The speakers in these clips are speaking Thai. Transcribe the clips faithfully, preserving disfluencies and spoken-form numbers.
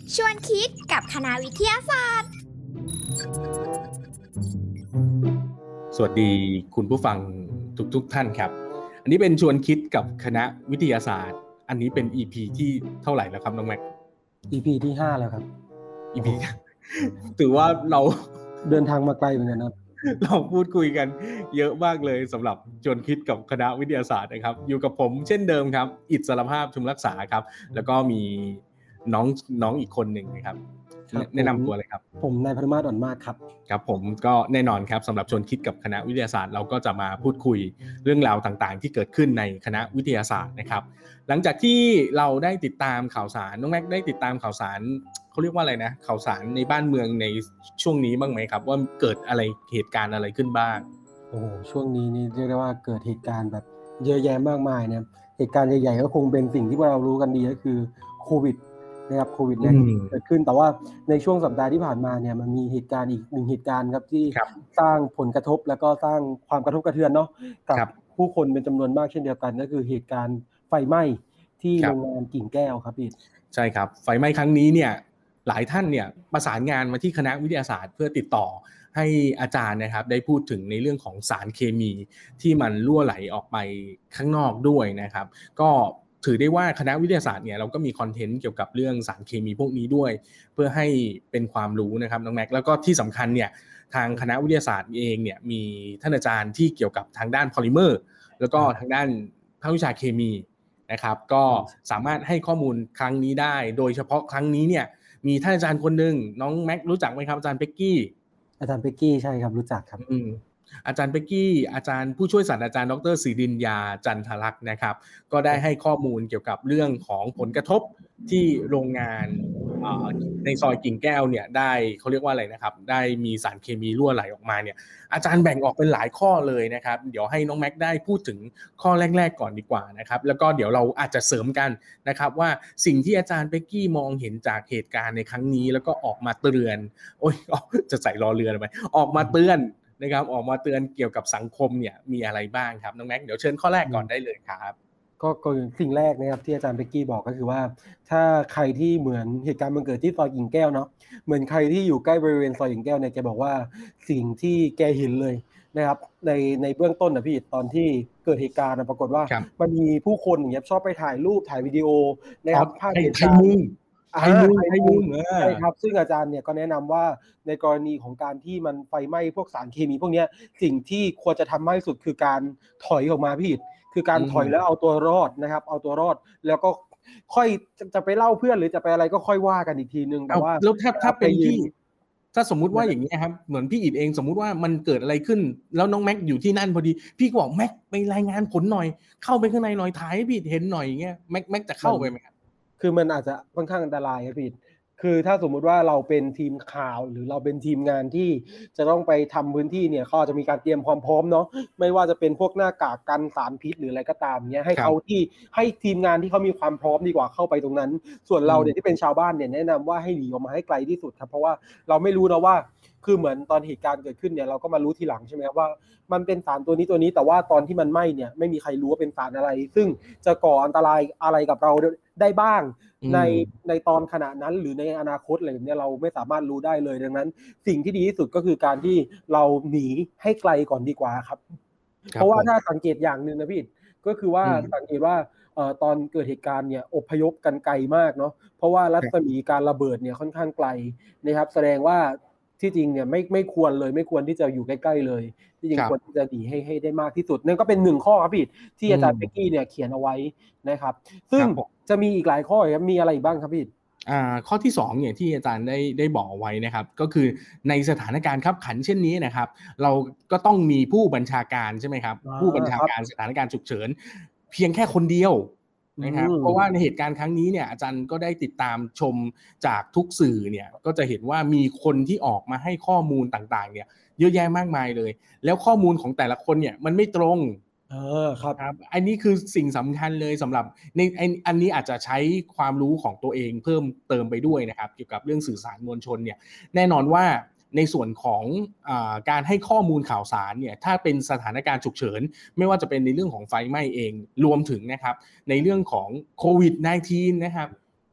ชวนคิดกับคณะวิทยาศาสตร์สวัสดีคุณผู้ฟังทุกๆท่านครับอันนี้เป็นชวนคิดกับคณะวิทยาศาสตร์อันนี้เป็น อี พี ที่เท่าไหร่แล้วครับน้องแม็กอี พี ที่ห้าแล้วครับอี พี ถือว่าเราเดินทางมาไกลเหมือนกันครับเราพูดคุยกันเยอะมากเลยสำหรับชวนคิดกับคณะวิทยาศาสตร์นะครับอยู่กับผมเช่นเดิมครับอิสรภาพชุมรักษาครับแล้วก็มีน้องน้องอีกคนหนึ่งนะครับแนะนำตัวเลยครับผมนายพนุมาตรอ่อนมากครับครับผมก็แน่นอนครับสำหรับชวนคิดกับคณะวิทยาศาสตร์เราก็จะมาพูดคุยเรื่องราวต่างๆที่เกิดขึ้นในคณะวิทยาศาสตร์นะครับหลังจากที่เราได้ติดตามข่าวสารน้องแม็กได้ติดตามข่าวสารเขาเรียกว่าอะไรนะข่าวสารในบ้านเมืองในช่วงนี้บ้างไหมครับว่าเกิดอะไรเหตุการณ์อะไรขึ้นบ้างโอ้โหช่วงนี้นี่เรียกได้ว่าเกิดเหตุการณ์แบบเยอะแยะมากมายเนี่ยเหตุการณ์ใหญ่ๆก็คงเป็นสิ่งที่พวกเรารู้กันดีก็คือโควิดนะครับโควิดเนี่ยเกิดขึ้นแต่ว่าในช่วงสัปดาห์ที่ผ่านมาเนี่ยมันมีเหตุการณ์อีกหนึ่งเหตุการณ์ครับที่สร้างผลกระทบแล้วก็สร้างความกระทบกระเทือนเนาะกับผู้คนเป็นจำนวนมากเช่นเดียวกันก็คือเหตุการณ์ไฟไหม้ที่โรงงานกิ่งแก้วครับพี่ใช่ครับไฟไหม้ครั้งนี้เนี่ยหลายท่านเนี่ยประสานงานมาที่คณะวิทยาศาสตร์เพื่อติดต่อให้อาจารย์นะครับได้พูดถึงในเรื่องของสารเคมีที่มันรั่วไหลออกไปข้างนอกด้วยนะครับก็ถือได้ว่าคณะวิทยาศาสตร์เนี่ยเราก็มีคอนเทนต์เกี่ยวกับเรื่องสารเคมีพวกนี้ด้วยเพื่อให้เป็นความรู้นะครับน้องแม็กแล้วก็ที่สำคัญเนี่ยทางคณะวิทยาศาสตร์เองเนี่ยมีท่านอาจารย์ที่เกี่ยวกับทางด้านพอลิเมอร์แล้วก็ทางด้านภาควิชาเคมีนะครับก็สามารถให้ข้อมูลครั้งนี้ได้โดยเฉพาะครั้งนี้เนี่ยมีท่านอาจารย์คนหนึ่งน้องแม็กรู้จักไหมครับอาจารย์เป็กกี้อาจารย์เป็กกี้ใช่ครับรู้จักครับอืมอาจารย์เป็กกี้อาจารย์ผู้ช่วยศาสตราจารย์ดร.ศิรินยาจันทลักษณ์นะครับก็ได้ให้ข้อมูลเกี่ยวกับเรื่องของผลกระทบที่โรงงานในซอยกิ่งแก้วเนี่ยได้เขาเรียกว่าอะไรนะครับได้มีสารเคมีรั่วไหลออกมาเนี่ยอาจารย์แบ่งออกเป็นหลายข้อเลยนะครับเดี๋ยวให้น้องแม็กได้พูดถึงข้อแรกๆก่อนดีกว่านะครับแล้วก็เดี๋ยวเราอาจจะเสริมกันนะครับว่าสิ่งที่อาจารย์เป็กกี้มองเห็นจากเหตุการณ์ในครั้งนี้แล้วก็ออกมาเตือนโอ๊ยจะใส่รอเรือไปออกมาเตือนนะครับออกมาเตือนเกี่ยวกับสังคมเนี่ยมีอะไรบ้างครับน้องแม็กเดี๋ยวเชิญข้อแรกก่อนได้เลยครับก็ก็สิ่งแรกนะครับที่อาจารย์เป็กกี้บอกก็คือว่าถ้าใครที่เหมือนเหตุการณ์มันเกิดที่ซอยกิ่งแก้วเนาะเหมือนใครที่อยู่ใกล้บริเวณซอยกิ่งแก้วเนี่ยแกบอกว่าสิ่งที่แกเห็นเลยนะครับในในเบื้องต้นนะพี่ตอนที่เกิดเหตุการณ์ปรากฏว่ามันมีผู้คนอย่างเงี้ยชอบไปถ่ายรูปถ่ายวิดีโอนะครับภาพเหตุการณ์ไทยมุงไทยมุงใช่ครับซึ่งอาจารย์เนี่ยก็แนะนำว่าในกรณีของการที่มันไฟไหม้พวกสารเคมีพวกนี้สิ่งที่ควรจะทำมากที่สุดคือการถอยออกมาพี่คือการถอยแล้วเอาตัวรอดนะครับเอาตัวรอดแล้วก็ค่อยจะไปเล่าเพื่อนหรือจะไปอะไรก็ค่อยว่ากันอีกทีนึงแต่ว่าแล้วถ้าถ้าเป็นที่ถ้าสมมุติว่าอย่างนี้ครับเหมือนพี่อิฐเองสมมุติว่ามันเกิดอะไรขึ้นแล้วน้องแม็กอยู่ที่นั่นพอดีพี่ก็บอกแม็กไปรายงานผลหน่อยเข้าไปข้างในหน่อยถ่ายให้พี่เห็นหน่อยอย่างเงี้ยแม็กแม็กจะเข้าไปไหมครับคือมันอาจจะค่อนข้างอันตรายครับพี่คือถ้าสมมุติว่าเราเป็นทีมข่าวหรือเราเป็นทีมงานที่จะต้องไปทำพื้นที่เนี่ยเขาจะมีการเตรียมความพร้อมเนาะไม่ว่าจะเป็นพวกหน้ากากกันสารพิษหรืออะไรก็ตามเนี่ยให้เขาที่ให้ทีมงานที่เขามีความพร้อมดีกว่าเข้าไปตรงนั้นส่วนเราเนี่ยที่เป็นชาวบ้านเนี่ยแนะนำว่าให้หนีออกมาให้ไกลที่สุดครับเพราะว่าเราไม่รู้นะว่าคือเหมือนตอนเหตุการณ์เกิดขึ้นเนี่ยเราก็มารู้ทีหลังใช่ไหมครับว่ามันเป็นสารตัวนี้ตัวนี้แต่ว่าตอนที่มันไหม้เนี่ยไม่มีใครรู้ว่าเป็นสารอะไรซึ่งจะก่ออันตรายอะไรกับเราได้บ้างในในตอนขณะนั้นหรือในอนาคตอะไรแบบนี้เราไม่สามารถรู้ได้เลยดังนั้นสิ่งที่ดีที่สุดก็คือการที่เราหนีให้ไกลก่อนดีกว่าครับเพราะว่าถ้าสังเกตอย่างนึงนะพี่ก็คือว่าสังเกตว่าเอ่อตอนเกิดเหตุการณ์เนี่ยอพยพกันไกลมากเนาะเพราะว่ารัศมีการระเบิดเนี่ยค่อนข้างไกลนะครับแสดงว่าที่จริงเนี่ยไม่ไม่ควรเลยไม่ควรที่จะอยู่ใกล้ๆเลยที่จริงควรที่จะหนีให้ให้ได้มากที่สุดนั่นก็เป็นหนึ่งข้อครับพี่ที่อาจารย์เป็กกี้เนี่ยเขียนเอาไว้นะครับซึ่งจะมีอีกหลายข้อครับมีอะไรบ้างครับพี่อ่าข้อที่สองเนี่ยที่อาจารย์ได้ได้บอกไว้นะครับก็คือในสถานการณ์คับขันเช่นนี้นะครับเราก็ต้องมีผู้บัญชาการใช่ไหมครับผู้บัญชาการสถานการณ์ฉุกเฉินเพียงแค่คนเดียวนะครับเพราะว่าในเหตุการณ์ครั้งนี้เนี่ยอาจารย์ก็ได้ติดตามชมจากทุกสื่อเนี่ยก็จะเห็นว่ามีคนที่ออกมาให้ข้อมูลต่างๆเนี่ยเยอะแยะมากมายเลยแล้วข้อมูลของแต่ละคนเนี่ยมันไม่ตรงเออครับครับอันนี้คือสิ่งสำคัญเลยสำหรับในอันนี้อาจจะใช้ความรู้ของตัวเองเพิ่มเติมไปด้วยนะครับเกี่ยวกับเรื่องสื่อสารมวลชนเนี่ยแน่นอนว่าในส่วนของอ่าการให้ข้อมูลข่าวสารเนี่ยถ้าเป็นสถานการณ์ฉุกเฉินไม่ว่าจะเป็นในเรื่องของไฟไหม้เองรวมถึงนะครับในเรื่องของโควิด สิบเก้า นะครับ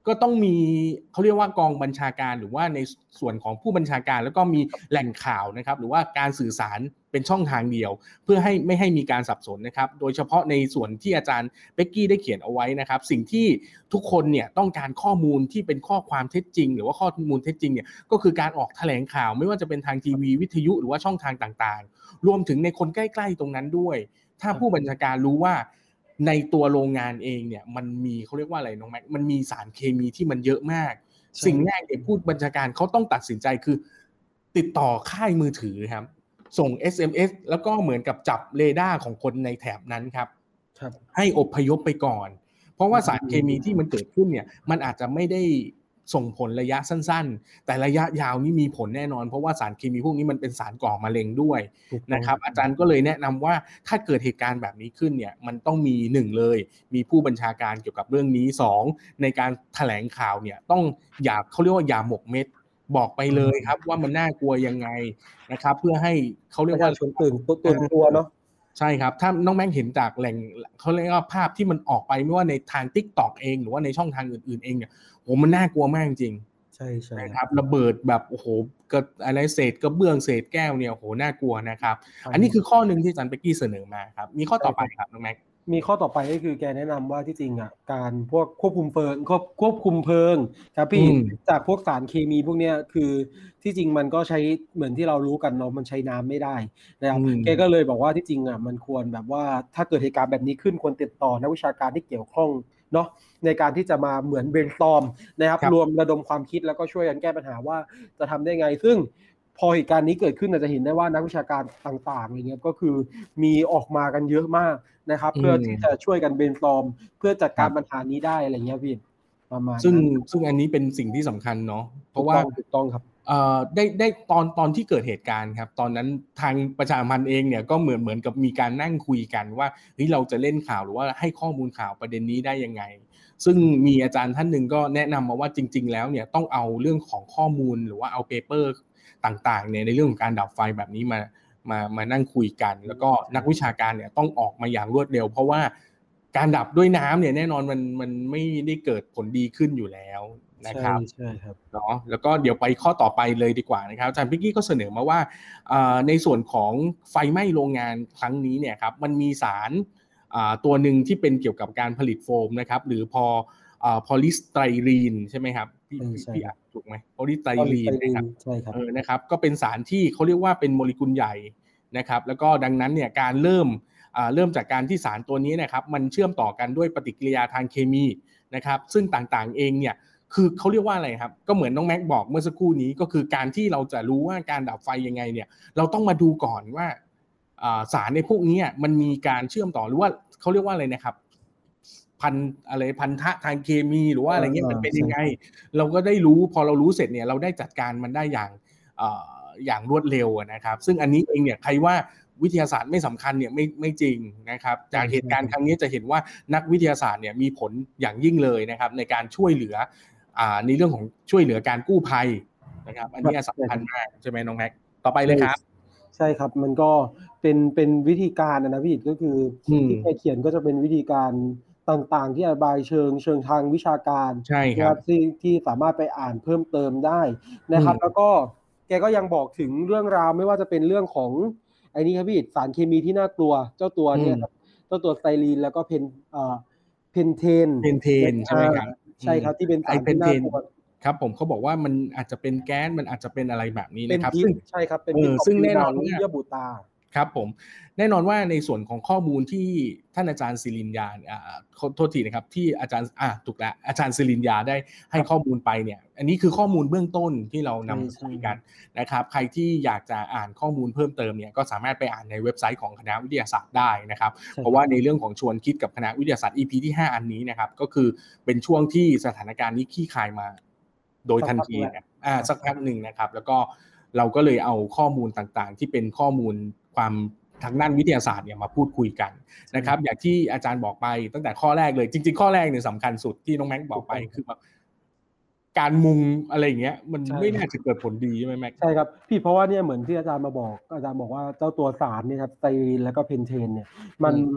ก็ต้องมีเขาเรียกว่ากองบัญชาการหรือว่าในส่วนของผู้บัญชาการแล้วก็มีแหล่งข่าวนะครับหรือว่าการสื่อสารเป็นช่องทางเดียวเพื่อให้ไม่ให้มีการสับสนนะครับโดยเฉพาะในส่วนที่อาจารย์เป๊กกี้ได้เขียนเอาไว้นะครับสิ่งที่ทุกคนเนี่ยต้องการข้อมูลที่เป็นข้อความเท็จจริงหรือว่าข้อมูลเท็จจริงเนี่ยก็คือการออกแถลงข่าวไม่ว่าจะเป็นทางทีวีวิทยุหรือว่าช่องทางต่างๆรวมถึงในคนใกล้ๆตรงนั้นด้วยถ้าผู้บัญชาการรู้ว่าในตัวโรงงานเองเนี่ยมันมีเขาเรียกว่าอะไรน้องแม็กมันมีสารเคมีที่มันเยอะมากสิ่งแรกเนี่ยผู้บัญชาการเขาต้องตัดสินใจคือติดต่อค่ายมือถือครับส่ง เอส เอ็ม เอส แล้วก็เหมือนกับจับเรดาร์ของคนในแถบนั้นครับให้อพยพไปก่อนเพราะว่าสารเคมีที่มันเกิดขึ้นเนี่ยมันอาจจะไม่ได้ส่งผลระยะสั้นๆแต่ระยะยาวนี่มีผลแน่นอนเพราะว่าสารเคมีพวกนี้มันเป็นสารก่อมะเร็งด้วยนะครับอาจารย์ก็เลยแนะนำว่าถ้าเกิดเหตุการณ์แบบนี้ขึ้นเนี่ยมันต้องมีหนึ่งเลยมีผู้บัญชาการเกี่ยวกับเรื่องนี้สองในการแถลงข่าวเนี่ยต้องอย่าเขาเรียกว่าอย่าหมกเม็ดบอกไปเลยครับว่ามันน่ากลัวยังไงนะครับเพื่อให้เขาเรียกว่าตื่นตัวตื่นตัวเนาะใช่ครับถ้าน้องแม่งเห็นจากแหล่งเขาเรียกว่าภาพที่มันออกไปไม่ว่าในทาง TikTok เองหรือว่าในช่องทางอื่นๆเองเนี่ยโหมันน่ากลัวมากจริงใช่ๆนะครับระเบิดแบบโอ้โหกระอะไรเศษกระเบื้องเศษแก้วเนี่ยโหน่ากลัวนะครับอันนี้คือข้อนึงที่อาจารย์เป๊กกี้เสนอมาครับมีข้อต่อไปครับน้องแม็กมีข้อต่อไปก็คือแกแนะนำว่าที่จริงอ่ะการพวกควบคุมเพลิงควบควบคุมเพลิงครับพี่จากพวกสารเคมีพวกเนี้ยคือที่จริงมันก็ใช้เหมือนที่เรารู้กันเนาะมันใช้น้ำไม่ได้นะครับแกก็เลยบอกว่าที่จริงอ่ะมันควรแบบว่าถ้าเกิดเหตุการณ์แบบนี้ขึ้นควรติดต่อนักวิชาการที่เกี่ยวข้องเนาะในการที่จะมาเหมือนเบรนสตอร์มนะครับรวมระดมความคิดแล้วก็ช่วยกันแก้ปัญหาว่าจะทำได้ไงซึ่งพอเหตุการณ์นี้เกิดขึ้นอาจจะเห็นได้ว่านักวิชาการต่างๆอะไรเงี้ยก็คือมีออกมากันเยอะมากนะครับเพื่อที่จะช่วยกันเบรนสตอร์มเพื่อจัดการปัญหานี้ได้อะไรเงี้ยพี่ประมาณซึ่งซึ่งอันนี้เป็นสิ่งที่สำคัญเนาะเพราะว่าถูกต้องครับเอ่อได้ได้ตอนตอนที่เกิดเหตุการณ์ครับตอนนั้นทางประชาสัมพันธ์เองเนี่ยก็เหมือนเหมือนกับมีการนั่งคุยกันว่าเฮ้ยเราจะเล่นข่าวหรือว่าให้ข้อมูลข่าวประเด็นนี้ได้ยังไงซึ่งมีอาจารย์ท่านนึงก็แนะนำมาว่าจริงๆแล้วเนี่ยต้องเอาเรื่องของข้อมูลหรือว่าเอาเปเปอร์ต่างๆเนี่ยในเรื่องของการดับไฟแบบนี้มามามานั่งคุยกันแล้วก็นักวิชาการเนี่ยต้องออกมาอย่างรวดเร็วเพราะว่าการดับด้วยน้ำเนี่ยแน่นอนมันมันไม่ได้เกิดผลดีขึ้นอยู่แล้วนะครับใช่ครับเนาะแล้วก็เดี๋ยวไปข้อต่อไปเลยดีกว่านะครับอาจารย์พิกกี้ก็เสนอมาว่าในส่วนของไฟไหม้โรงงานครั้งนี้เนี่ยครับมันมีสารตัวหนึ่งที่เป็นเกี่ยวกับการผลิตโฟมนะครับหรือพอพอลิสไตรีนใช่ไหมครับพี่พี่อ่านถูกไหมพอลิสไตรีนนะครับใช่ครับเออนะครับก็เป็นสารที่เขาเรียกว่าเป็นโมเลกุลใหญ่นะครับแล้วก็ดังนั้นเนี่ยการเริ่มเริ่มจากการที่สารตัวนี้นะครับมันเชื่อมต่อกันด้วยปฏิกิริยาทางเคมีนะครับซึ่งต่างๆเองเนี่ยคือเขาเรียกว่าอะไรครับก็เหมือนน้องแม็กบอกเมื่อสักครู่นี้ก็คือการที่เราจะรู้ว่าการดับไฟยังไงเนี่ยเราต้องมาดูก่อนว่าสารในพวกนี้มันมีการเชื่อมต่อหรือว่าเขาเรียกว่าอะไรนะครับพันอะไรพันธะทางเคมีหรือว่าอะไรเงี้ยมันเป็นยังไงเราก็ได้รู้พอเรารู้เสร็จเนี่ยเราได้จัดการมันได้อย่างอย่างรวดเร็วนะครับซึ่งอันนี้เองเนี่ยใครว่าวิทยาศาสตร์ไม่สำคัญเนี่ยไม่ไม่จริงนะครับจากเหตุการณ์ครั้งนี้จะเห็นว่านักวิทยาศาสตร์เนี่ยมีผลอย่างยิ่งเลยนะครับในการช่วยเหลือในเรื่องของช่วยเหลือการกู้ภัยนะครับอันนี้สำคัญมากใช่ไหมน้องแม็กต่อไปเลยครับใช่ครับมันก็เป็นเป็นวิธีการนะพี่ก็คือที่แกเขียนก็จะเป็นวิธีการต่างๆที่อธิบายเชิงเชิงทางวิชาการนะครับที่ที่สามารถไปอ่านเพิ่มเติมได้นะครับแล้วก็แกก็ยังบอกถึงเรื่องราวไม่ว่าจะเป็นเรื่องของไอ้นี่ครับพี่สารเคมีที่น่ากลัวเจ้าตัวเนี่ยครับเจ้าตัวสไตรีนแล้วก็เพนเอ่อเพนเทนเพนเทนใช่ไหมครับใช่ครับที่เป็นสารที่น่ากลัวครับผมเขาบอกว่ามันอาจจะเป็นแก๊สมันอาจจะเป็นอะไรแบบนี้นะครับซึ่งใช่ครับเป็นพิษซึ่งแน่นอนว่าเยื่อบุตาครับผมแน่นอนว่าในส่วนของข้อมูลที่ท่านอาจารย์ศิรินยาอ่าโทษทีนะครับที่อาจารย์อ่าถูกแล้วอาจารย์ศิรินยาได้ให้ข้อมูลไปเนี่ยอันนี้คือข้อมูลเบื้องต้นที่เรานำคุยกันนะครับใครที่อยากจะอ่านข้อมูลเพิ่มเติมเนี่ยก็สามารถไปอ่านในเว็บไซต์ของคณะวิทยาศาสตร์ได้นะครับเพราะว่าในเรื่องของชวนคิดกับคณะวิทยาศาสตร์ อี พี ที่ห้าอันนี้นะครับก็คือเป็นช่วงที่สถานการณ์นี้คลี่คลายมาโดยทันทีเนี่ยอ่าสักพักหนึ่งนะครับแล้วก็เราก็เลยเอาข้อมูลต่างๆที่เป็นข้อมูลความทางด้านวิทยาศาสตร์เนี่ยมาพูดคุยกันนะครับอย่างที่อาจารย์บอกไปตั้งแต่ข้อแรกเลยจริงๆข้อแรกเนี่ยสำคัญสุดที่น้องแม็กบอกไปคือแบบการมุงอะไรอย่างเงี้ยมันไม่น่าจะเกิดผลดีใช่ไหมแม็กใช่ครับพี่เพราะว่าเนี่ยเหมือนที่อาจารย์มาบอกอาจารย์บอกว่าเจ้าตัวสารเนี่ยครับสไตรีนแล้วก็เพนเทนเนี่ยมัน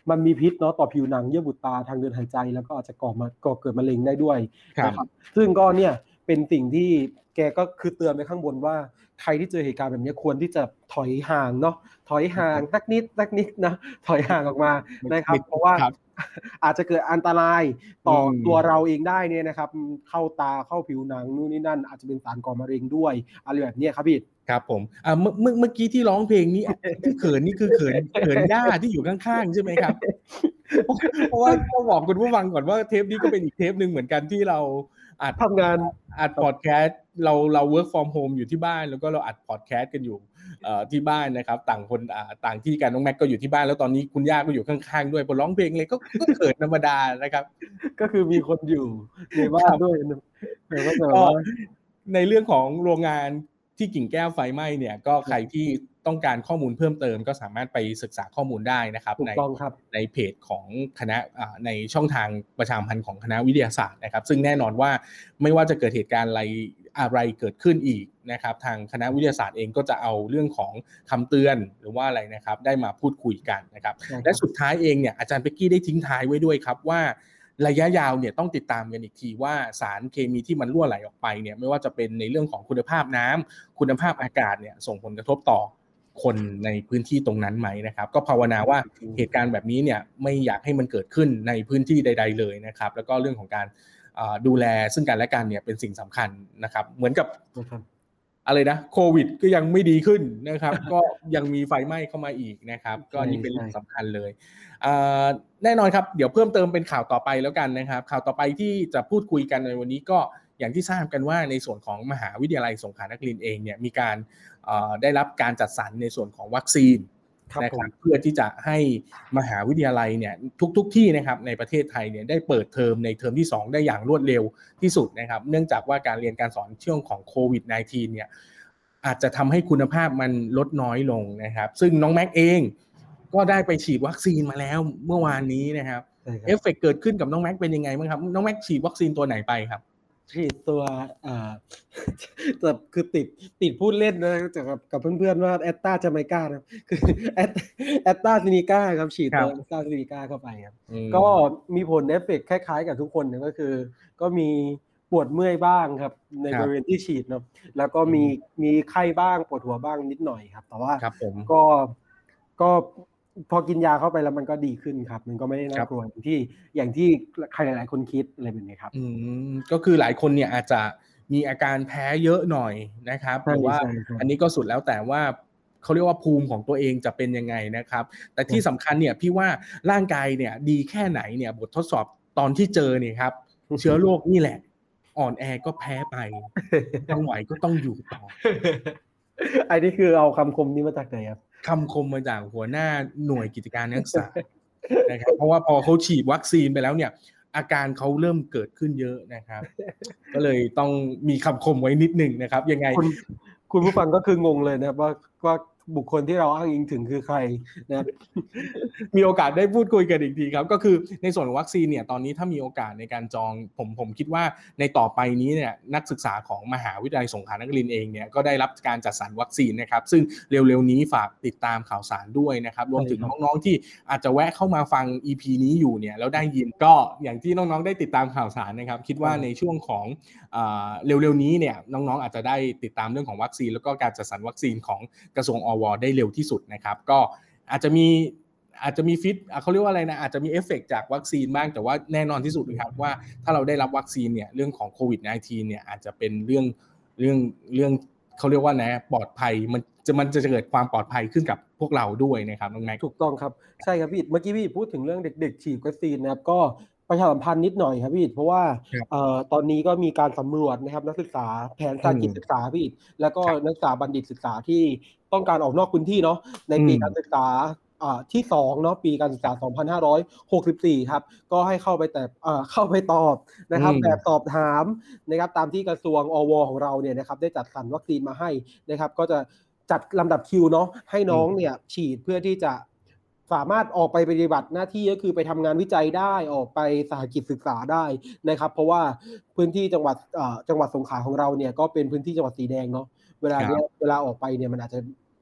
มันมีพิษเนาะต่อผิวหนังเยื่อบุตาทางเดินหายใจแล้วก็อาจจะก่อมาก่อเกิดมะเร็งได้ด้วยนะครับซึ่งก็เนี่ยเป็นสิ่งที่แกก็คือเตือนไว้ข้างบนว่าใครที่เจอเหตุการณ์แบบนี้ควรที่จะถอยห่างเนาะถอยห่างสักนิดสักนิดนะถอยห่างออกมานะครับเพราะว่าอาจจะเกิดอันตรายต่อตัวเราเองได้เนี่ยนะครับเข้าตาเข้าผิวหนังนู่นนี่นั่นอาจจะเป็นสารก่อมะเร็งด้วยอะไรแบบนี้ครับพี่ครับผมอ่าเมื่อเมื่อเมื่อกี้ที่ร้องเพลงนี้ที่เขินนี่คือเขินเขินย่าที่อยู่ข้างๆใช่ไหมครับเพราะว่าต้องบอกคุณผู้ฟังก่อนว่าเทปนี้ก็เป็นอีกเทปนึงเหมือนกันที่เราอัดทำงานอัดพอดแคสต์เราเรา work from home อยู่ที่บ้านแล้วก็เราอัดพอดแคสต์กันอยู่เอ่อที่บ้านนะครับต่างคนอ่าต่างที่กันน้องแม็กก็อยู่ที่บ้านแล้วตอนนี้คุณย่าก็อยู่ข้างๆด้วยพอร้องเพลงเลยก็ก็เขินธรรมดานะครับก็คือมีคนอยู่ในบ้านด้วยแต่ว่าแต่ว่าในเรื่องของโรงงานที่กิ่งแก้วไฟไหม้เนี่ยก็ใครที่ต้องการข้อมูลเพิ่มเติมก็สามารถไปศึกษาข้อมูลได้นะครับในในเพจของคณะในช่องทางประชาสัมพันธ์ของคณะวิทยาศาสตร์นะครับซึ่งแน่นอนว่าไม่ว่าจะเกิดเหตุการณ์อะไรอะไรเกิดขึ้นอีกนะครับทางคณะวิทยาศาสตร์เองก็จะเอาเรื่องของคำเตือนหรือว่าอะไรนะครับได้มาพูดคุยกันนะครับและสุดท้ายเองเนี่ยอาจารย์เป็กกี้ได้ทิ้งท้ายไว้ด้วยครับว่าระยะยาวเนี่ยต้องติดตามกันอีกทีว่าสารเคมีที่มันรั่วไหลออกไปเนี่ยไม่ว่าจะเป็นในเรื่องของคุณภาพน้ำคุณภาพอากาศเนี่ยส่งผลกระทบต่อคนในพื้นที่ตรงนั้นไหมนะครับก็ภาวนาว่าเหตุการณ์แบบนี้เนี่ยไม่อยากให้มันเกิดขึ้นในพื้นที่ใดๆเลยนะครับแล้วก็เรื่องของการดูแลซึ่งกันและกันเนี่ยเป็นสิ่งสำคัญนะครับเหมือนกับอะไรนะโควิดก็ยังไม่ดีขึ้นนะครับก็ยังมีไฟไหม้เข้ามาอีกนะครับก็นี่เป็นเรื่องสำคัญเลยแน่นอนครับเดี๋ยวเพิ่มเติมเป็นข่าวต่อไปแล้วกันนะครับข่าวต่อไปที่จะพูดคุยกันในวันนี้ก็อย่างที่ทราบกันว่าในส่วนของมหาวิทยาลัยสงขลานครินทร์เองเนี่ยมีการได้รับการจัดสรรในส่วนของวัคซีนนะครับเพื่อที่จะให้มหาวิทยาลัยเนี่ยทุกๆที่นะครับในประเทศไทยเนี่ยได้เปิดเทอมในเทอมที่สองได้อย่างรวดเร็วที่สุดนะครับเนื่องจากว่าการเรียนการสอนช่วงของโควิด สิบเก้า เนี่ยอาจจะทำให้คุณภาพมันลดน้อยลงนะครับซึ่งน้องแม็กเองก็ได้ไปฉีดวัคซีนมาแล้วเมื่อวานนี้นะครับเอฟเฟกต์เกิดขึ้นกับน้องแม็กเป็นยังไงบ้างครับน้องแม็กฉีดวัคซีนตัวไหนไปครับฉีดตัวอ่าแต่คือติดติดพูดเล่นนะกับกับเพื่อนๆว่าแอตตาจาไมกานะคือแอตแอตตาซินิก้าครับฉีดตัวแอตตาซินิก้าเข้าไปครับก็มีผลเอฟเฟกต์คล้ายๆกับทุกคนนะก็คือก็มีปวดเมื่อยบ้างครับในบริเวณที่ฉีดเนาะแล้วก็มีมีไข้บ้างปวดหัวบ้างนิดหน่อยครับแต่ว่าก็ก็พอกินยาเข้าไปแล้วมันก็ดีขึ้นครับมันก็ไม่ได้น่ากลัวอย่างที่อย่างที่ใครหลายๆคนคิดอะไรแบบนี้ครับอืมก็คือหลายคนเนี่ยอาจจะมีอาการแพ้เยอะหน่อยนะครับหรือว่าอันนี้ก็สุดแล้วแต่ว่าเขาเรียกว่าภูมิของตัวเองจะเป็นยังไงนะครับแต่ที่สำคัญเนี่ยพี่ว่าร่างกายเนี่ยดีแค่ไหนเนี่ยบททดสอบตอนที่เจอเนี่ยครับเชื้อโรคนี่แหละอ่อนแอก็แพ้ไปต้องไหวก็ต้องอยู่ต่ออันนี้คือเอาคำคมนี้มาจากไหนครับคำคมมาจากหัวหน้าหน่วยกิจการนักศึกษานะครับเพราะว่าพอเขาฉีดวัคซีนไปแล้วเนี่ยอาการเขาเริ่มเกิดขึ้นเยอะนะครับก็เลยต้องมีคำคมไว้นิดนึงนะครับยังไงคุณคุณผู้ฟังก็คืองงเลยนะว่าว่าบุคคลที่เราอ้างอิงถึงคือใครนะครับมีโอกาสได้พูดคุยกันอีกทีครับก็คือในส่วนของวัคซีนเนี่ยตอนนี้ถ้ามีโอกาสในการจองผมผมคิดว่าในต่อไปนี้เนี่ยนักศึกษาของมหาวิทยาลัยสงขลานครินทร์เองเนี่ยก็ได้รับการจัดสรรวัคซีนนะครับซึ่งเร็วๆนี้ฝากติดตามข่าวสารด้วยนะครับรวมถึงน้องๆที่อาจจะแวะเข้ามาฟัง อี พี นี้อยู่เนี่ยแล้วได้ยินก็อย่างที่น้องๆได้ติดตามข่าวสารนะครับคิดว่าในช่วงของเร็วๆนี้เนี่ยน้องๆอาจจะได้ติดตามเรื่องของวัคซีนแล้วก็การจัดสรรวัคซีนของกระทรวงอว.ได้เร็วที่สุดนะครับก็อาจจะมีอาจจะมีฟิตเขาเรียกว่าอะไรนะอาจจะมีเอฟเฟกต์จากวัคซีนบ้างแต่ว่าแน่นอนที่สุดนะครับว่าถ้าเราได้รับวัคซีนเนี่ยเรื่องของโควิด สิบเก้า เนี่ยอาจจะเป็นเรื่องเรื่องเรื่องเขาเรียกว่านะปลอดภัยมันจะมันจะเกิดความปลอดภัยขึ้นกับพวกเราด้วยนะครับน้องแม็กถูกต้องครับใช่ครับพี่เมื่อกี้พี่พูดถึงเรื่องเด็กๆฉีดวัคซีนนะครับก็ประชาสัมพันธ์นิดหน่อยครับพี่เพราะว่าเอ่อตอนนี้ก็มีการสำรวจนะครับนักศึกษาแผนการศึกษาพี่แล้วก็นักศึกษาบัณฑิตศึกษาที่ต้องการออกนอกพื้นที่เนาะในปีการศึกษาอ่าที่สองเนาะปีการศึกษาสองพันห้าร้อยหกสิบสี่ครับก็ให้เข้าไปแต่เอ่อเข้าไปตอบนะครับแบบสอบถามนะครับตามที่กระทรวงอว.ของเราเนี่ยนะครับได้จัดสรรวัคซีนมาให้นะครับก็จะจัดลำดับคิวเนาะให้น้องเนี่ยฉีดเพื่อที่จะสามารถออกไปปฏิบัติหน้าที่ก็คือไปทำงานวิจัยได้ออกไปสหกิจศึกษาได้นะครับเพราะว่าพื้นที่จังหวัดจังหวัดสงขลาของเราเนี่ยก็เป็นพื้นที่จังหวัดสีแดงเนาะเวลาเนี้ยเวลาออกไปเนี่ยมันอาจจะ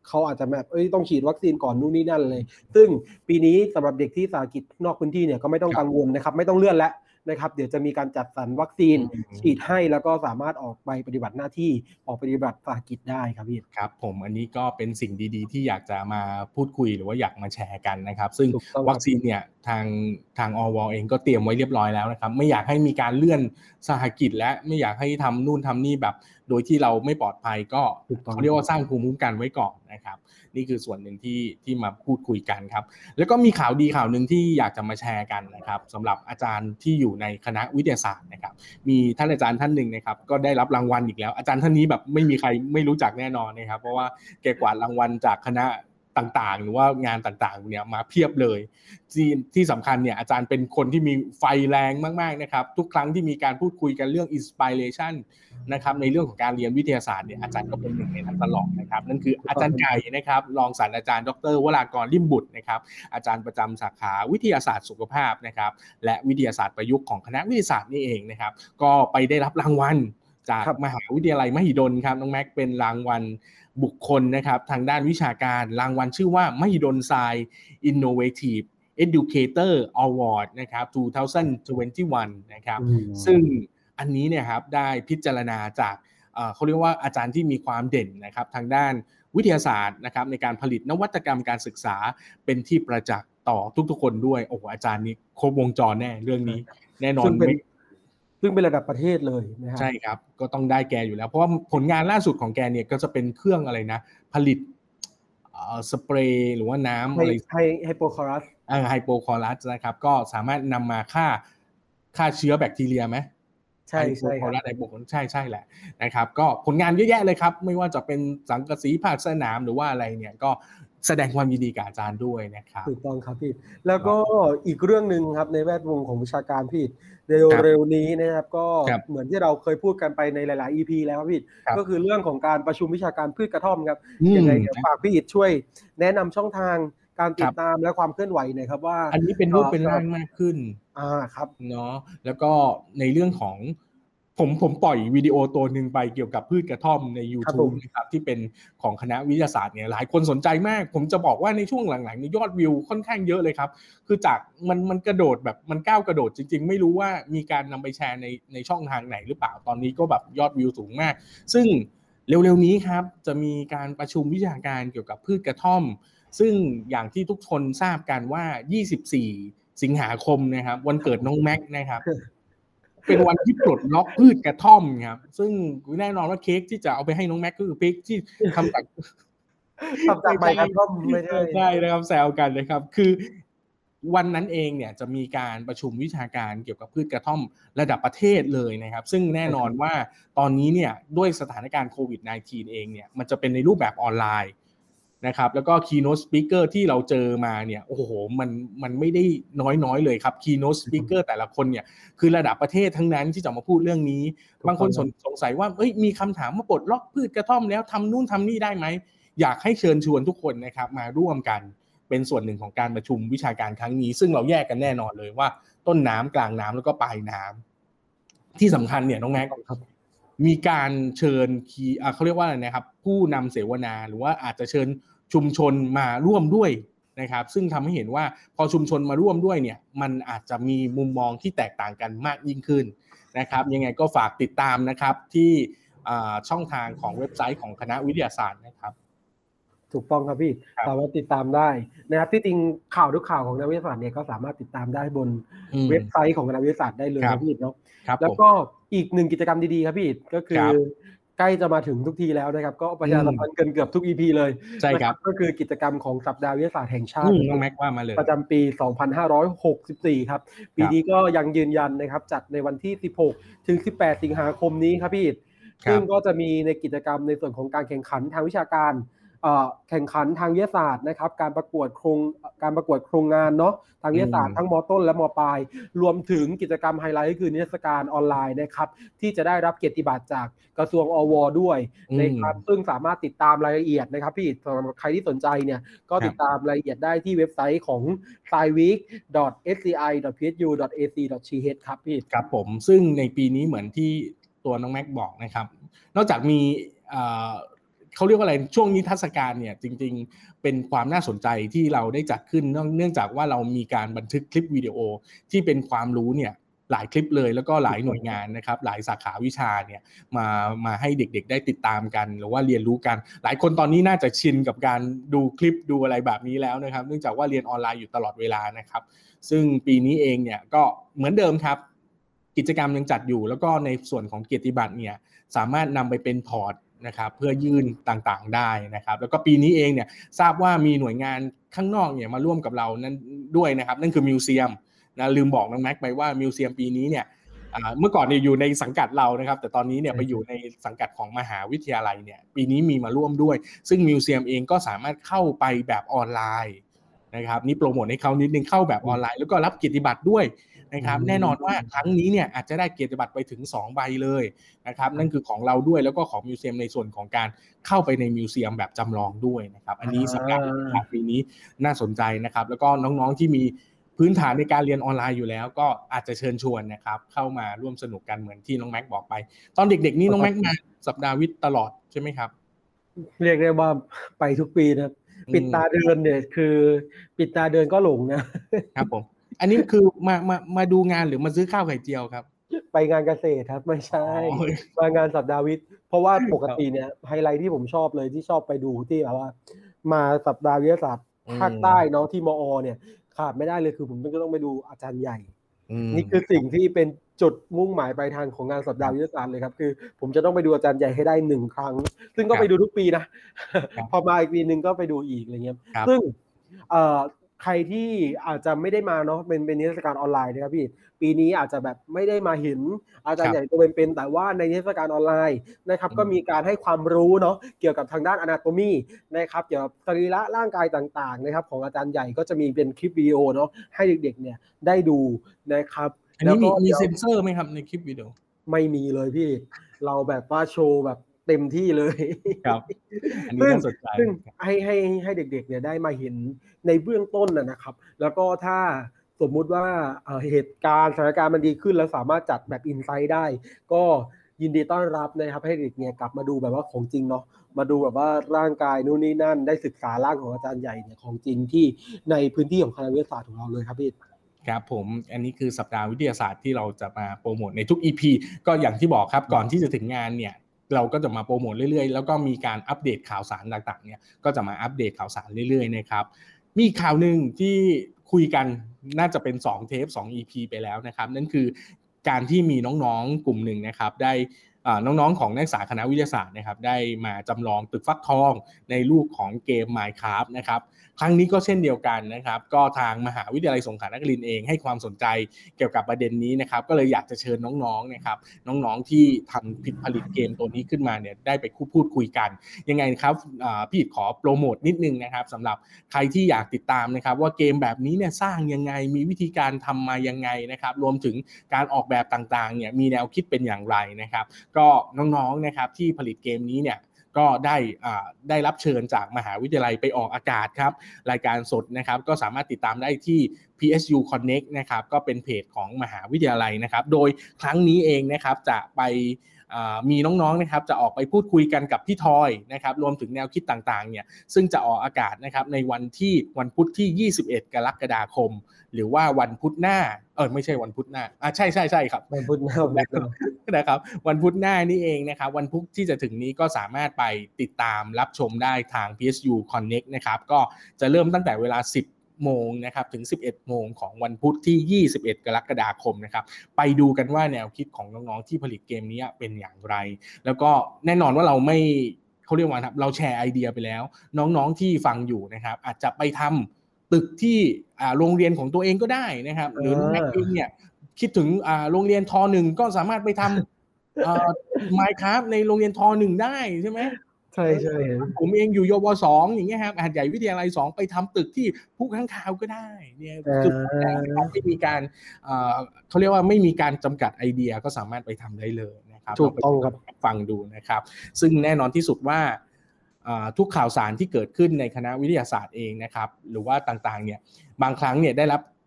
เขาอาจจะแบบเอ้ยต้องฉีดวัคซีนก่อนนู่นนี่นั่นเลยซึ่งปีนี้สำหรับเด็กที่สาหกิจนอกพื้นที่เนี่ยก็ไม่ต้องกังวลนะครับไม่ต้องเลื่อนแล้วนะครับเดี๋ยวจะมีการจัดสรรวัคซีนฉีดให้แล้วก็สามารถออกไปปฏิบัติหน้าที่ออกปฏิบัติภารกิจได้ครับพี่ครับผมอันนี้ก็เป็นสิ่งดีๆที่อยากจะมาพูดคุยหรือว่าอยากมาแชร์กันนะครับซึ่งวัคซีนเนี่ยทางทางอวเองก็เตรียมไว้เรียบร้อยแล้วนะครับไม่อยากให้มีการเลื่อนสหกิจและไม่อยากให้ทำนู่นทำนี่แบบโดยที่เราไม่ปลอดภัยก็เขาเรียกว่าสร้างภูมิคุ้มกันไว้ก่อนนะครับนี่คือส่วนหนึ่งที่ที่มาพูดคุยกันครับแล้วก็มีข่าวดีข่าวหนึ่งที่อยากจะมาแชร์กันนะครับสำหรับอาจารย์ที่อยู่ในคณะวิทยาศาสตร์นะครับมีท่านอาจารย์ท่านหนึ่งนะครับก็ได้รับรางวัลอีกแล้วอาจารย์ท่านนี้แบบไม่มีใครไม่รู้จักแน่นอนนะครับเพราะว่าแกกวาดรางวัลจากคณะต่างๆหรือว่างานต่างๆเนี่ยมาเพียบเลยที่ที่สำคัญเนี่ยอาจารย์เป็นคนที่มีไฟแรงมากๆนะครับทุกครั้งที่มีการพูดคุยกันเรื่อง inspiration นะครับในเรื่องของการเรียนวิทยาศาสตร์เนี่ยอาจารย์ก็เป็นหนึ่งในนั้นตลอดนะครับนั่นคืออาจารย์ไก่นะครับรองศาสตราจารย์ดร.วรากรลิ่มบุตรนะครับอาจารย์ประจำสาขาวิทยาศาสตร์สุขภาพนะครับและวิทยาศาสตร์ประยุกต์ของคณะวิทยาศาสตร์นี่เองนะครับก็ไปได้รับรางวัลจากมหาวิทยาลัยมหิดลครับน้องแม็กเป็นรางวัลบุคคลนะครับทางด้านวิชาการรางวัลชื่อว่ามหิดลไซน์ Innovative Educator Award นะครับสองพันยี่สิบเอ็ดนะครับซึ่งอันนี้เนี่ยครับได้พิจารณาจากเอ่อเขาเรียกว่าอาจารย์ที่มีความเด่นนะครับทางด้านวิทยาศาสตร์นะครับในการผลิตนวัตกรรมการศึกษาเป็นที่ประจักษ์ต่อทุกๆคนด้วยโอ้โหอาจารย์นี้ครบวงจรแน่เรื่องนี้แน่นอนไม่ซึ่งเป็นระดับประเทศเลยนะครับใช่ครับก็ต้องได้แกอยู่แล้วเพราะว่าผลงานล่าสุดของแกเนี่ยก็จะเป็นเครื่องอะไรนะผลิตเอ่อสเปรย์หรือว่าน้ำอะไรไฮไฮโปคลอรัสเอ่อไฮโปคลอรัสนะครับก็สามารถนำมาฆ่าฆ่าเชื้อแบคทีเรียไหมใช่ใช่ครับไฮโปคลอรัสใช่ใช่แหละนะครับก็ผลงานเยอะแยะเลยครับไม่ว่าจะเป็นสังกะสีภาคสนามหรือว่าอะไรเนี่ยก็แสดงความยินดีกับอาจารย์ด้วยนะครับถูกต้องครับพี่แล้วก็อีกเรื่องนึงครับในแวดวงของวิชาการพี่เร็วๆนี้นะครับก็เหมือนที่เราเคยพูดกันไปในหลายๆ อี พี แล้วพี่ก็คือเรื่องของการประชุมวิชาการพืชกระท่อมครับยังไงเดี๋ยวฝากพี่อิฐช่วยแนะนำช่องทางการติดตามและความเคลื่อนไหวหน่อยครับว่าอันนี้เป็นรูปเป็นร่างมากขึ้นอ่าครับเนาะแล้วก็ในเรื่องของผมผมปล่อยวิดีโอตัวนึงไปเกี่ยวกับพืชกระท่อมใน YouTube นะครับที่เป็นของคณะวิทยาศาสตร์เนี่ยหลายคนสนใจมากผมจะบอกว่าในช่วงหลังๆนี่ยอดวิวค่อนข้างเยอะเลยครับคือจากมันมันกระโดดแบบมันก้าวกระโดดจริงๆไม่รู้ว่ามีการนำไปแชร์ในในช่องทางไหนหรือเปล่าตอนนี้ก็แบบยอดวิวสูงมากซึ่งเร็วๆนี้ครับจะมีการประชุมวิชาการเกี่ยวกับพืชกระท่อมซึ่งอย่างที่ทุกคนทราบกันว่ายี่สิบสี่สิงหาคมนะครับวันเกิดน้องแม็กนะครับเป็นวันที่ปลดล็อกพืชกระท่อมครับซึ่งแน่นอนว่าเค้กที่จะเอาไปให้น้องแม็กก็คือเค้กที่ทำจากทำจากใบกระท่อมไม่ใช่ใช่นะครับแซวกันนะครับคือวันนั้นเองเนี่ยจะมีการประชุมวิชาการเกี่ยวกับพืชกระท่อมระดับประเทศเลยนะครับซึ่งแน่นอนว่าตอนนี้เนี่ยด้วยสถานการณ์โควิด สิบเก้า เองเนี่ยมันจะเป็นในรูปแบบออนไลน์นะครับแล้วก็ keynote speaker ที่เราเจอมาเนี่ยโอ้โหมันมันไม่ได้น้อยๆเลยครับ keynote speaker แต่ละคนเนี่ยคือระดับประเทศทั้งนั้นที่จะมาพูดเรื่องนี้บางคนสงสัยว่าเอ้ยมีคำถามว่าปลดล็อกพืชกระท่อมแล้วทำนู่นทำนี่ได้ไหมอยากให้เชิญชวนทุกคนนะครับมาร่วมกันเป็นส่วนหนึ่งของการประชุมวิชาการครั้งนี้ซึ่งเราแยกกันแน่นอนเลยว่าต้นน้ำกลางน้ำแล้วก็ปลายน้ำที่สำคัญเนี่ยน้องแม็กมีการเชิญคีอ่าเขาเรียกว่าอะไรนะครับผู้นำเสวนาหรือว่าอาจจะเชิญชุมชนมาร่วมด้วยนะครับซึ่งทำให้เห็นว่าพอชุมชนมาร่วมด้วยเนี่ยมันอาจจะมีมุมมองที่แตกต่างกันมากยิ่งขึ้นนะครับยังไงก็ฝากติดตามนะครับที่ช่องทางของเว็บไซต์ของคณะวิทยาศาสตร์นะครับถูกต้องครับพี่สามารถติดตามได้นะครับที่จริงข่าวทุกข่าวของคณะวิทยาศาสตร์เนี่ยก็สามารถติดตามได้บนเว็บไซต์ของคณะวิทยาศาสตร์ได้เลยครับพี่เนาะแล้วก็อีกหนึ่งกิจกรรมดีๆครับพี่ก็คือใกล้จะมาถึงทุกทีแล้วนะครับก็ประชาสัมพันธ์กันเกือบทุก อี พี เลยใช่ครับก็คือกิจกรรมของสัปดาห์วิทยาศาสตร์แห่งชาติน้องแม็กว่ามาเลยประจำปีสองพันห้าร้อยหกสิบสี่ครับปีนี้ก็ยังยืนยันนะครับจัดในวันที่สิบหกถึงสิบแปดสิงหาคมนี้ครับพี่ซึ่งก็จะมีในกิจกรรมในส่วนของการแข่งขันทางวิชาการแข่งขันทางวิทยาศาสตร์นะครับการประกวดโครงการประกวดโครงงานเนาะทางวิทยาศาสตร์ทั้งม.ต้นและม.ปลายรวมถึงกิจกรรมไฮไลท์ก็คือนิทรรศการออนไลน์นะครับที่จะได้รับเกียรติบัตรจากกระทรวงอว.ด้วยนะครับซึ่งสามารถติดตามรายละเอียดนะครับพี่สำหรับใครที่สนใจเนี่ยก็ติดตามรายละเอียดได้ที่เว็บไซต์ของ ไซวีค ดอท เอส ซี ไอ ดอท พี เอส ยู ดอท เอ ซี ดอท ที เอช ครับพี่ครับผมซึ่งในปีนี้เหมือนที่ตัวน้องแม็กบอกนะครับนอกจากมีเขาเรียกว่าอะไรช่วงนิทรรศการเนี่ยจริงๆเป็นความน่าสนใจที่เราได้จัดขึ้นเนื่องจากว่าเรามีการบันทึกคลิปวิดีโอที่เป็นความรู้เนี่ยหลายคลิปเลยแล้วก็หลายหน่วยงานนะครับหลายสาขาวิชาเนี่ยมามาให้เด็กๆได้ติดตามกันหรือว่าเรียนรู้กันหลายคนตอนนี้น่าจะชินกับการดูคลิปดูอะไรแบบนี้แล้วนะครับเนื่องจากว่าเรียนออนไลน์อยู่ตลอดเวลานะครับซึ่งปีนี้เองเนี่ยก็เหมือนเดิมครับกิจกรรมยังจัดอยู่แล้วก็ในส่วนของเกียรติบัตรเนี่ยสามารถนำไปเป็นพอร์ตนะครับเพื่อยื่นต่างๆได้นะครับแล้วก็ปีนี้เองเนี่ยทราบว่ามีหน่วยงานข้างนอกเนี่ยมาร่วมกับเรานั้นด้วยนะครับนั่นคือมิวเซียมนะลืมบอกน้องแม็กไปว่ามิวเซียมปีนี้เนี่ยเมื่อก่อนเนี่ยอยู่ในสังกัดเรานะครับแต่ตอนนี้เนี่ยไปอยู่ในสังกัดของมหาวิทยาลัยเนี่ยปีนี้มีมาร่วมด้วยซึ่งมิวเซียมเองก็สามารถเข้าไปแบบออนไลน์นะครับนี่โปรโมทให้เขานิดนึงเข้าแบบออนไลน์แล้วก็รับเกียรติบัตรด้วยนะครับแน่นอนว่าครั้งนี้เนี่ยอาจจะได้เกียรติบัตรไปถึงสองใบเลยนะครับนั่นคือของเราด้วยแล้วก็ของมิวเซียมในส่วนของการเข้าไปในมิวเซียมแบบจำลองด้วยนะครับอันนี้สัปดาห์ปีนี้น่าสนใจนะครับแล้วก็น้องๆที่มีพื้นฐานในการเรียนออนไลน์อยู่แล้วก็อาจจะเชิญชวนนะครับเข้ามาร่วมสนุกกันเหมือนที่น้องแม็กบอกไปตอนเด็กๆนี่น้องแม็กมาสัปดาห์วิทย์ตลอดใช่ไหมครับเรียกได้ว่าไปทุกปีนะปิดตาเดินเนี่ยคือปิดตาเดินก็หลงนะครับผมอันนี้คือมามามาดูงานหรือมาซื้อข้าวไข่เจียวครับไปงานเกษตรครับไม่ใช่มางานสัปดาห์วิทย์เพราะว่าปกติเนี่ยไฮไลท์ที่ผมชอบเลยที่ชอบไปดูที่แบบว่ามาสัปดาห์วิทยาศาสตร์ภาคใต้เนาะที่มอเนี่ยขาดไม่ได้เลยคือผมก็ต้องไปดูอาจารย์ใหญ่นี่คือสิ่งที่เป็นจุดมุ่งหมายปลายทางของงานสัปดาห์วิทยาศาสตร์เลยครับคือผมจะต้องไปดูอาจารย์ใหญ่ให้ได้หนึ่งครั้งซึ่งก็ไปดูทุกปีนะพอมาอีกปีนึงก็ไปดูอีกอะไรเงี้ยซึ่งใครที่อาจจะไม่ได้มาเนาะเป็นเป็นนิทรรศการออนไลน์นะครับพี่ปีนี้อาจจะแบบไม่ได้มาเห็นอาจารย์ใหญ่ตัวเป็นๆแต่ว่าในนิทรรศการออนไลน์นะครับก็มีการให้ความรู้เนาะเกี่ยวกับทางด้าน Anatomy นะครับเกี่ยวกับสรีระร่างกายต่างๆนะครับของอาจารย์ใหญ่ก็จะมีเป็นคลิปวิดีโอเนาะให้เด็กๆเนี่ยได้ดูนะครับอันนี้มีมีเซ็นเซอร์ไหมครับในคลิปวิดีโอไม่มีเลยพี่เราแบบว่าโชว์แบบเต็มที่เลยครับอันนี้น่าสนใจซึ่งให้ให้ให้เด็กๆเนี่ยได้มาเห็นในเบื้องต้นนะครับแล้วก็ถ้าสมมุติว่าเหตุการณ์สถานการณ์มันดีขึ้นแล้วสามารถจัดแบบอินไซต์ได้ก็ยินดีต้อนรับนะครับให้เด็กเนี่ยกลับมาดูแบบว่าของจริงเนาะมาดูแบบว่าร่างกายนู่นนี่นั่นได้ศึกษาร่างของอาจารย์ใหญ่เนี่ยของจริงที่ในพื้นที่ของคณะวิทยาศาสตร์ของเราเลยครับพี่ครับผมอันนี้คือสัปดาห์วิทยาศาสตร์ที่เราจะมาโปรโมทในทุก อี พี ก็อย่างที่บอกครับก่อนที่จะถึงงานเนี่ยเราก็จะมาโปรโมทเรื่อยๆแล้วก็มีการอัปเดตข่าวสารต่างๆเนี่ยก็จะมาอัปเดตข่าวสารเรื่อยๆนะครับมีข่าวนึงที่คุยกันน่าจะเป็นสองเทปสอง อี พี ไปแล้วนะครับนั่นคือการที่มีน้องๆกลุ่มหนึ่งนะครับได้น้องๆของนักศึกษาคณะวิทยาศาสตร์นะครับได้มาจำลองตึกฟักทองในรูปของเกม Minecraft นะครับครั้งนี้ก็เช่นเดียวกันนะครับก็ทางมหาวิทยาลัยสงขลานครินทร์เองให้ความสนใจเกี่ยวกับประเด็นนี้นะครับก็เลยอยากจะเชิญน้องๆนะครับน้องๆที่ทำผลิตเกมตัวนี้ขึ้นมาเนี่ยได้ไปพูดคุยกันยังไงครับพี่ขอโปรโมทนิดนึงนะครับสำหรับใครที่อยากติดตามนะครับว่าเกมแบบนี้เนี่ยสร้างยังไงมีวิธีการทำมายังไงนะครับรวมถึงการออกแบบต่างๆเนี่ยมีแนวคิดเป็นอย่างไรนะครับก็น้องๆนะครับที่ผลิตเกมนี้เนี่ยก็ได้อ่าได้รับเชิญจากมหาวิทยาลัยไปออกอากาศครับรายการสดนะครับก็สามารถติดตามได้ที่ พี เอส ยู Connect นะครับก็เป็นเพจของมหาวิทยาลัยนะครับโดยครั้งนี้เองนะครับจะไปมีน้องๆนะครับจะออกไปพูดคุยกันกับพี่ทอยนะครับรวมถึงแนวคิดต่างๆเนี่ยซึ่งจะออกอากาศนะครับในวันที่วันพุธที่ยี่สิบเอ็ดกรกฎาคมหรือว่าวันพุธหน้าเออไม่ใช่วันพุธหน้าอ่ะใช่ใช่ใช่ครับวันพุธหน้านะครับวันพุธหน้านี่เองนะครับวันพุธที่จะถึงนี้ก็สามารถไปติดตามรับชมได้ทาง พี เอส ยู Connect นะครับก็จะเริ่มตั้งแต่เวลาสิบโมงนะครับถึงสิบเอ็ดโมงของวันพุธที่ยี่สิบเอ็ดกรกฎาคมนะครับไปดูกันว่าแนวคิดของน้องๆที่ผลิตเกมนี้เป็นอย่างไรแล้วก็แน่นอนว่าเราไม่เขาเรียกว่าครับเราแชร์ไอเดียไปแล้วน้องๆที่ฟังอยู่นะครับอาจจะไปทำตึกที่โรงเรียนของตัวเองก็ได้นะครับหรือน้องแม็กเองเนี่ยคิดถึงโรงเรียนทอหนึ่งก็สามารถไปทำMinecraft ในโรงเรียนทอหนึ่งได้ใช่ไหมใช่ใช่ผมเองอยู่ยวสองอย่างเงี้ยครับหาดใหญ่วิทยาลัยสองไปทำตึกที่ภูข้างคาวก็ได้เนี่ยคือไม่มีการเขาเรียกว่าไม่มีการจำกัดไอเดียก็สามารถไปทำได้เลยนะครับถูกต้องครับฟังดูนะครับซึ่งแน่นอนที่สุดว่าทุกข่าวสารที่เกิดขึ้นในคณะวิทยาศาสตร์เองนะครับหรือว่าต่างๆเนี่ยบางครั้งเนี่ยได้รับ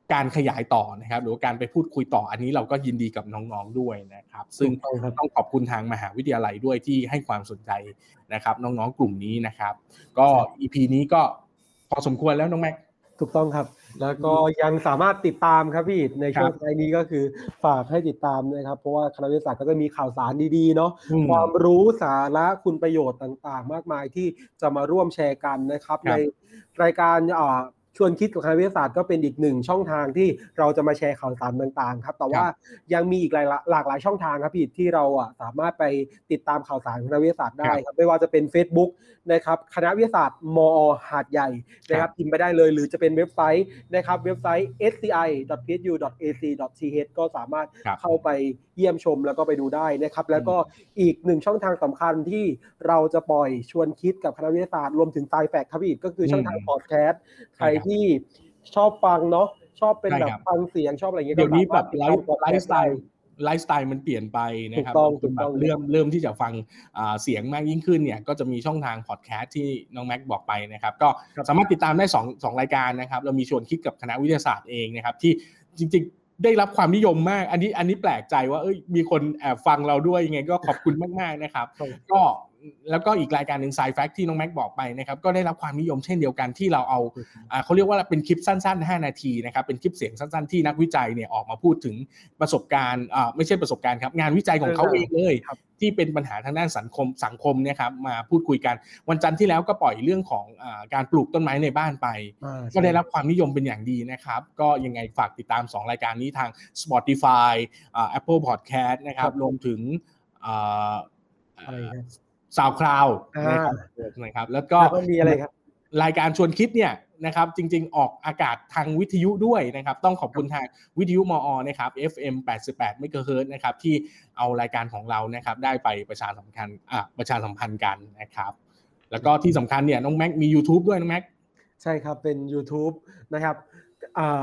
การขยายต่อนะครับหรือว่าการไปพูดคุยต่ออันนี้เราก็ยินดีกับน้องๆด้วยนะครับซึ่งต้องขอบคุณทางมหาวิทยาลัยด้วยที่ให้ความสนใจนะครับน้องๆกลุ่มนี้นะครับก็ อี พี นี้ก็พอสมควรแล้วน้องแม็กถูกต้องครับแล้วก็ยังสามารถติดตามครับพี่ในช่วงท้ายนี้ก็คือฝากให้ติดตามนะครับเพราะว่าคณะวิทยาศาสตร์ก็จะมีข่าวสารดีๆเนาะความรู้สาระคุณประโยชน์ต่างๆมากมายที่จะมาร่วมแชร์กันนะครับในรายการอ่าชวนคิดกับคณะวิทยาศาสตร์ก็เป็นอีกหนึ่งช่องทางที่เราจะมาแชร์ข่าวสารต่างๆครับแต่ว่ายังมีอีกหลายหลากหลายช่องทางครับพี่ที่เราอ่ะสามารถไปติดตามข่าวสารคณะวิทยาศาสตร์ได้ครับไม่ว่าจะเป็น Facebook นะครับคณะวิทยาศาสตร์มอหาดใหญ่นะครับพิมพ์ไปได้เลยหรือจะเป็นเว็บไซต์นะครับเว็บไซต์ เอส ซี ไอ ดอท พี เอส ยู ดอท เอ ซี ดอท ที เอช ก็สามารถเข้าไปเยี่ยมชมแล้วก็ไปดูได้นะครับแล้วก็อีกหนึ่งช่องทางสำคัญที่เราจะปล่อยชวนคิดกับคณะวิทยาศาสตร์รวมถึง Sci Fact ครับพี่ก็คือช่องทางพอดแคสต์ใครที่ชอบฟังเนาะชอบเป็นแบบฟังเสียงชอบอะไรเงี้ยเดี๋ยวนี้แบบไลฟ์ไลฟ์สไตล์ไลฟ์สไตล์มันเปลี่ยนไปนะครับแบบเริ่มเริ่มที่จะฟังเสียงมากยิ่งขึ้นเนี่ยก็จะมีช่องทางพอดแคสต์ที่น้องแม็กบอกไปนะครับก็สามารถติดตามได้สอง สองรายการนะครับเรามีชวนคิดกับคณะวิทยาศาสตร์เองนะครับที่จริงๆได้รับความนิยมมากอันนี้อันนี้แปลกใจว่าเอ้ยมีคนแอบฟังเราด้วยยังไงก็ขอบคุณมากๆนะครับก็แล้วก็อีกรายการหนึ่ง Sci Fact ที่น้องแม็กบอกไปนะครับก็ได้รับความนิยมเช่นเดียวกันที่เราเอาอ่าเขาเรียกว่าเป็นคลิปสั้นๆห้านาทีนะครับเป็นคลิปเสียงสั้นๆที่นักวิจัยเนี่ยออกมาพูดถึงประสบการณ์อ่าไม่ใช่ประสบการณ์ครับงานวิจัยของเขาเองเลยที่เป็นปัญหาทางด้านสังคมสังคมเนี่ยครับมาพูดคุยกันวันจันทร์ที่แล้วก็ปล่อยเรื่องของอ่าการปลูกต้นไม้ในบ้านไปก็ได้รับความนิยมเป็นอย่างดีนะครับก็ยังไงฝากติดตามสองรายการนี้ทาง Spotify อ่า Apple Podcast นะครับรวมถึงอ่าอะไรครับSoundCloud นะครับนะครับแล้วก็มีอะไรครับรายการชวนคิดเนี่ยนะครับจริงๆออกอากาศทางวิทยุด้วยนะครับต้องขอบคุณทางวิทยุมอนะครับ เอฟ เอ็ม แปดสิบแปด เมกะเฮิรตซ์ นะครับที่เอารายการของเรานะครับได้ไปประชาสัมพันธ์อ่ะประชาสัมพันธ์กันนะครับแล้วก็ที่สำคัญเนี่ยน้องแม็กมี YouTube ด้วยน้องแม็กใช่ครับเป็น YouTube นะครับอ่า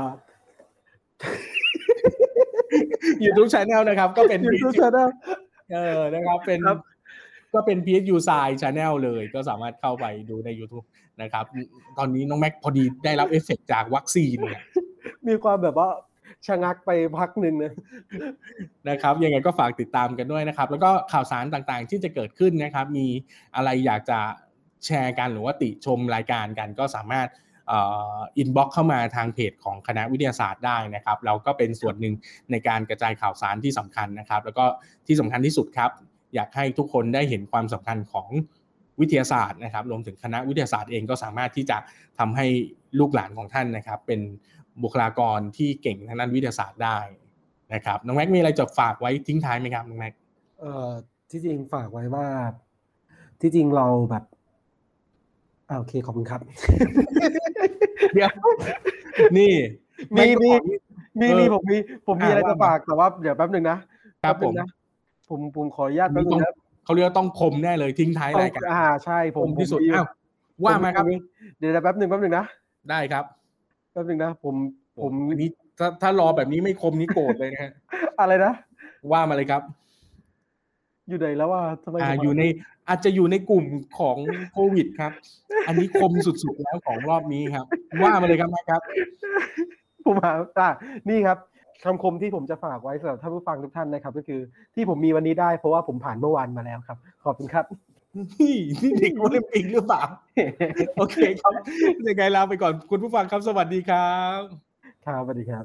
YouTube Channel นะครับก็เป็น YouTube Channel เออนะครับเป็นก็เป็น พี เอส ยู Sci Channel เลยก็สามารถเข้าไปดูใน YouTube นะครับตอนนี้น้องแม็กพอดีได้รับเอฟเฟกต์จากวัคซีนเนี่ยมีความแบบว่าชะงักไปพักนึงนะนะครับยังไงก็ฝากติดตามกันด้วยนะครับแล้วก็ข่าวสารต่างๆที่จะเกิดขึ้นนะครับมีอะไรอยากจะแชร์กันหรือว่าติชมรายการกันก็สามารถเอ่ออินบ็อกซ์เข้ามาทางเพจของคณะวิทยาศาสตร์ได้นะครับเราก็เป็นส่วนหนึ่งในการกระจายข่าวสารที่สำคัญนะครับแล้วก็ที่สำคัญที่สุดครับอยากให้ทุกคนได้เห็นความสำคัญของวิทยาศาสตร์นะครับรวมถึงคณะวิทยาศาสตร์เองก็สามารถที่จะทำให้ลูกหลานของท่านนะครับเป็นบุคลากรที่เก่งทางด้านวิทยาศาสตร์ได้นะครับน้องแม็กมีอะไรจะฝากไว้ทิ้งท้ายไหมครับน้องแม็กเอ่อที่จริงฝากไว้ว่าที่จริงเราแบบอ่าโอเคขอบคุณครับเดี๋ยวนี่มีมีมีมีผมมีผมมีอะไรจะฝากแต่ว่าเดี๋ยวแป๊บนึงนะครับผมนะผมผมขออนุญาตแป๊บนึงนะเขาเรียกว่าต้องคมแน่เลยทิ้งท้ายรายการอ่าใช่ผมที่สุดอ้าวว่ามาครับเดี๋ยวแป๊บนึงแป๊บนึงนะได้ครับแป๊บนึงนะผมผมนี่ถ้าถ้ารอแบบนี้ไม่คมนี่โกรธเลยนะฮะอะไรนะว่ามาเลยครับอยู่ไหนแล้วว่าทำไมอ่าอยู่ในอาจจะอยู่ในกลุ่มของโควิดครับอันนี้คมสุดๆแล้วของรอบนี้ครับว่ามาเลยครับนะครับผมหาอ่านี่ครับคำคมที่ผมจะฝากไว้สำหรับท่านผู้ฟังทุกท่านนะครับก็คือที่ผมมีวันนี้ได้เพราะว่าผมผ่านเมื่อวานมาแล้วครับขอบคุณครับนี่นี่เด็กโอลิมปิกหรือเปล่าโอเคครับยังไงลาไปก่อนคุณผู้ฟังครับสวัสดีครับครับสวัสดีครับ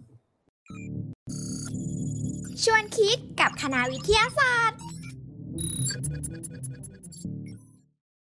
ชวนคิดกับคณะวิทยาศาสตร์